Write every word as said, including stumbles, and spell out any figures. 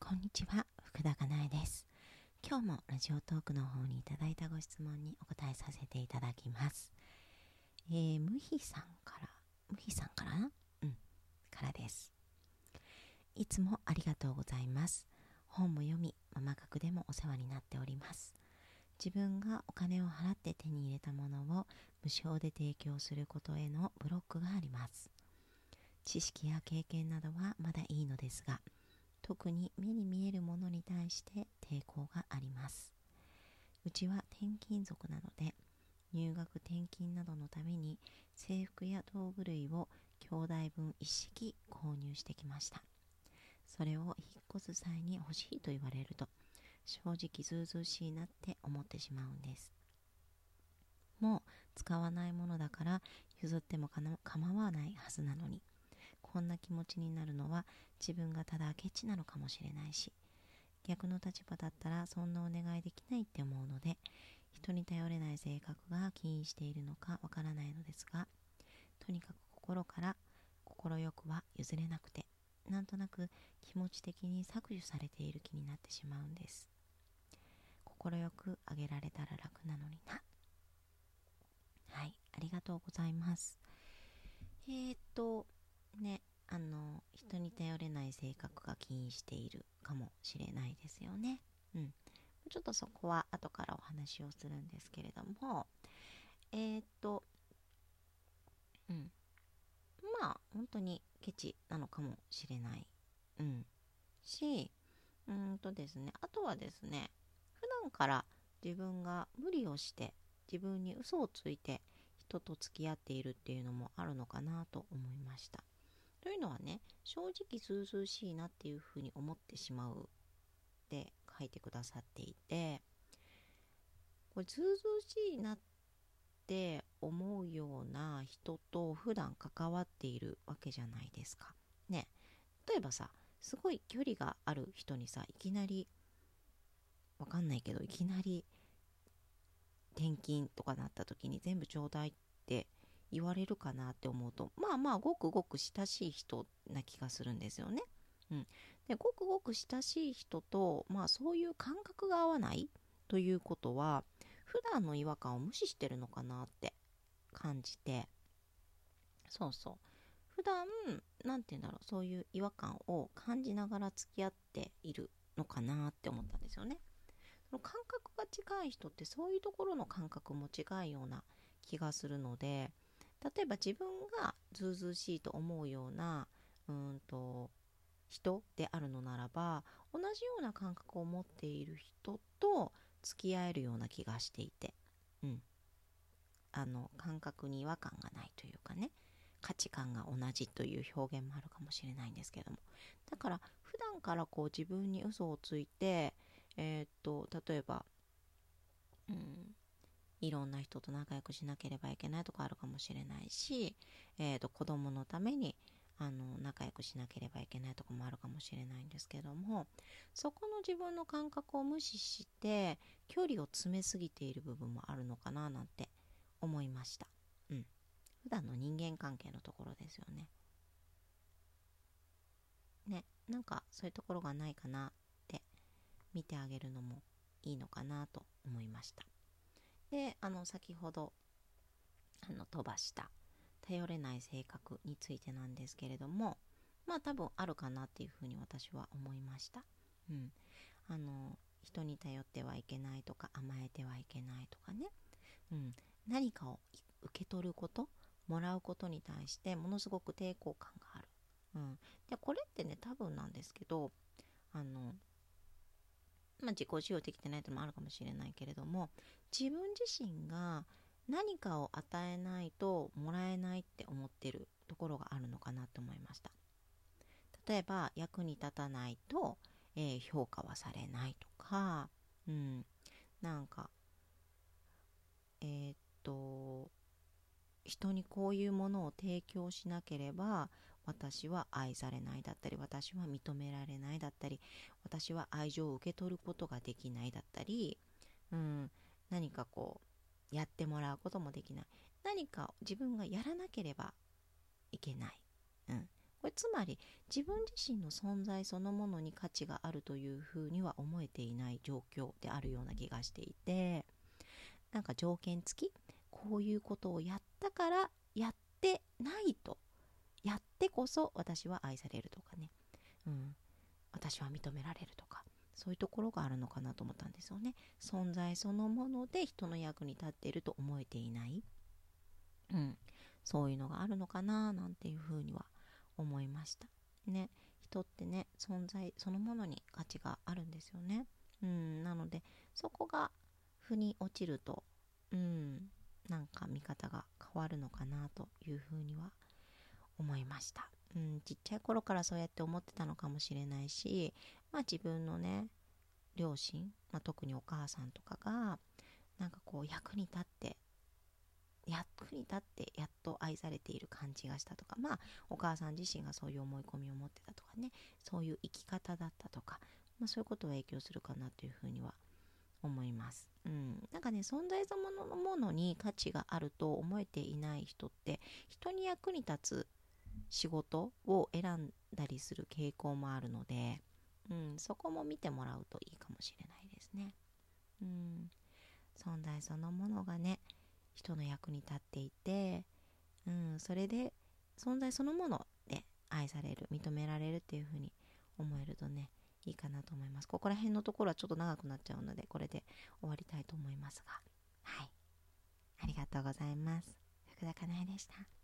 こんにちは、福田かなえです。今日もラジオトークの方にいただいたご質問にお答えさせていただきます。えー、むひさんから、むひさんからなうん、からです。いつもありがとうございます。本も読み、ママ格でもお世話になっております。自分がお金を払って手に入れたものを無償で提供することへのブロックがあります。知識や経験などはまだいいのですが、特に目に見えるものに対して抵抗があります。うちは転勤族なので、入学転勤などのために制服や道具類を兄弟分一式購入してきました。それを引っ越す際に欲しいと言われると、正直ずうずうしいなって思ってしまうんです。もう使わないものだから譲ってもかな構わないはずなのに、こんな気持ちになるのは自分がただケチなのかもしれないし、逆の立場だったらそんなお願いできないって思うので、人に頼れない性格が起因しているのかわからないのですが、とにかく心から快くは譲れなくて、なんとなく気持ち的に搾取されている気になってしまうんです。快くあげられたら楽なのにな。はい、ありがとうございます。えー、っとねあの人に頼れない性格が起因しているかもしれないですよね。うん、ちょっとそこは後からお話をするんですけれども、えー、っとうんまあ本当にケチなのかもしれない、うん、し、うんとですねあとはですね、普段から自分が無理をして自分に嘘をついて人と付き合っているっていうのもあるのかなと思いました。というのはね、正直ずうずうしいなっていうふうに思ってしまうって書いてくださっていて、これずうずうしいなって思うような人と普段関わっているわけじゃないですか。ね、例えばさ、すごい距離がある人にさ、いきなり、わかんないけど、いきなり転勤とかなった時に全部ちょうだいって言われるかなって思うと、まあまあごくごく親しい人な気がするんですよね。うん、でごくごく親しい人と、まあ、そういう感覚が合わないということは、普段の違和感を無視してるのかなって感じて、そうそう、普段なんて言うんだろう、そういう違和感を感じながら付き合っているのかなって思ったんですよね。その感覚が近い人ってそういうところの感覚も近いような気がするので、例えば自分がずうずうしいと思うようなうんと人であるのならば、同じような感覚を持っている人と付き合えるような気がしていて、うん、あの感覚に違和感がないというかね、価値観が同じという表現もあるかもしれないんですけども、だから普段からこう自分に嘘をついて、えー、っと例えば、うん、いろんな人と仲良くしなければいけないとかあるかもしれないし、えー、っと子供のためにあの仲良くしなければいけないとかもあるかもしれないんですけども、そこの自分の感覚を無視して距離を詰めすぎている部分もあるのかななんて思いました。うん、普段の人間関係のところですよね。ね、なんかそういうところがないかなって見てあげるのもいいのかなと思いました。で、あの先ほどあの飛ばした頼れない性格についてなんですけれども、まあ多分あるかなっていうふうに私は思いました。うん、あの人に頼ってはいけないとか甘えてはいけないとかね、うん、何かを受け取ること、もらうことに対してものすごく抵抗感がある。うん、でこれってね、多分なんですけど、あの、まあ、自己使用できてないというのもあるかもしれないけれども、自分自身が何かを与えないともらえないって思ってるところがあるのかなと思いました。例えば役に立たないと、えー評価はされないとか、うん、なんかえーっと人にこういうものを提供しなければ私は愛されないだったり、私は認められないだったり、私は愛情を受け取ることができないだったり、うん、何かこうやってもらうこともできない、何か自分がやらなければいけない、うん、 これつまり自分自身の存在そのものに価値があるというふうには思えていない状況であるような気がしていて、なんか条件付き、こういうことをやったからやってないと、やってこそ私は愛されるとかね、うん、私は認められるとか、そういうところがあるのかなと思ったんですよね。存在そのもので人の役に立っていると思えていない、うん、そういうのがあるのかななんていうふうには思いましたね。人ってね、存在そのものに価値があるんですよね。うん、なのでそこが腑に落ちると、うん、なんか見方が変わるのかなというふうには思いました。うん、ちっちゃい頃からそうやって思ってたのかもしれないし、まあ自分のね、両親、まあ、特にお母さんとかがなんかこう役に立って役に立ってやっと愛されている感じがしたとか、まあお母さん自身がそういう思い込みを持ってたとかね、そういう生き方だったとか、まあ、そういうことは影響するかなというふうには思います。うん、なんかね、存在そのもののものに価値があると思えていない人って人に役に立つ仕事を選んだりする傾向もあるので、うん、そこも見てもらうといいかもしれないですね。うん、存在そのものがね、人の役に立っていて、うん、それで存在そのもので愛される、認められるっていう風に思えるとね、いいかなと思います。ここら辺のところはちょっと長くなっちゃうので、これで終わりたいと思いますが、はい、ありがとうございます。福田かなえでした。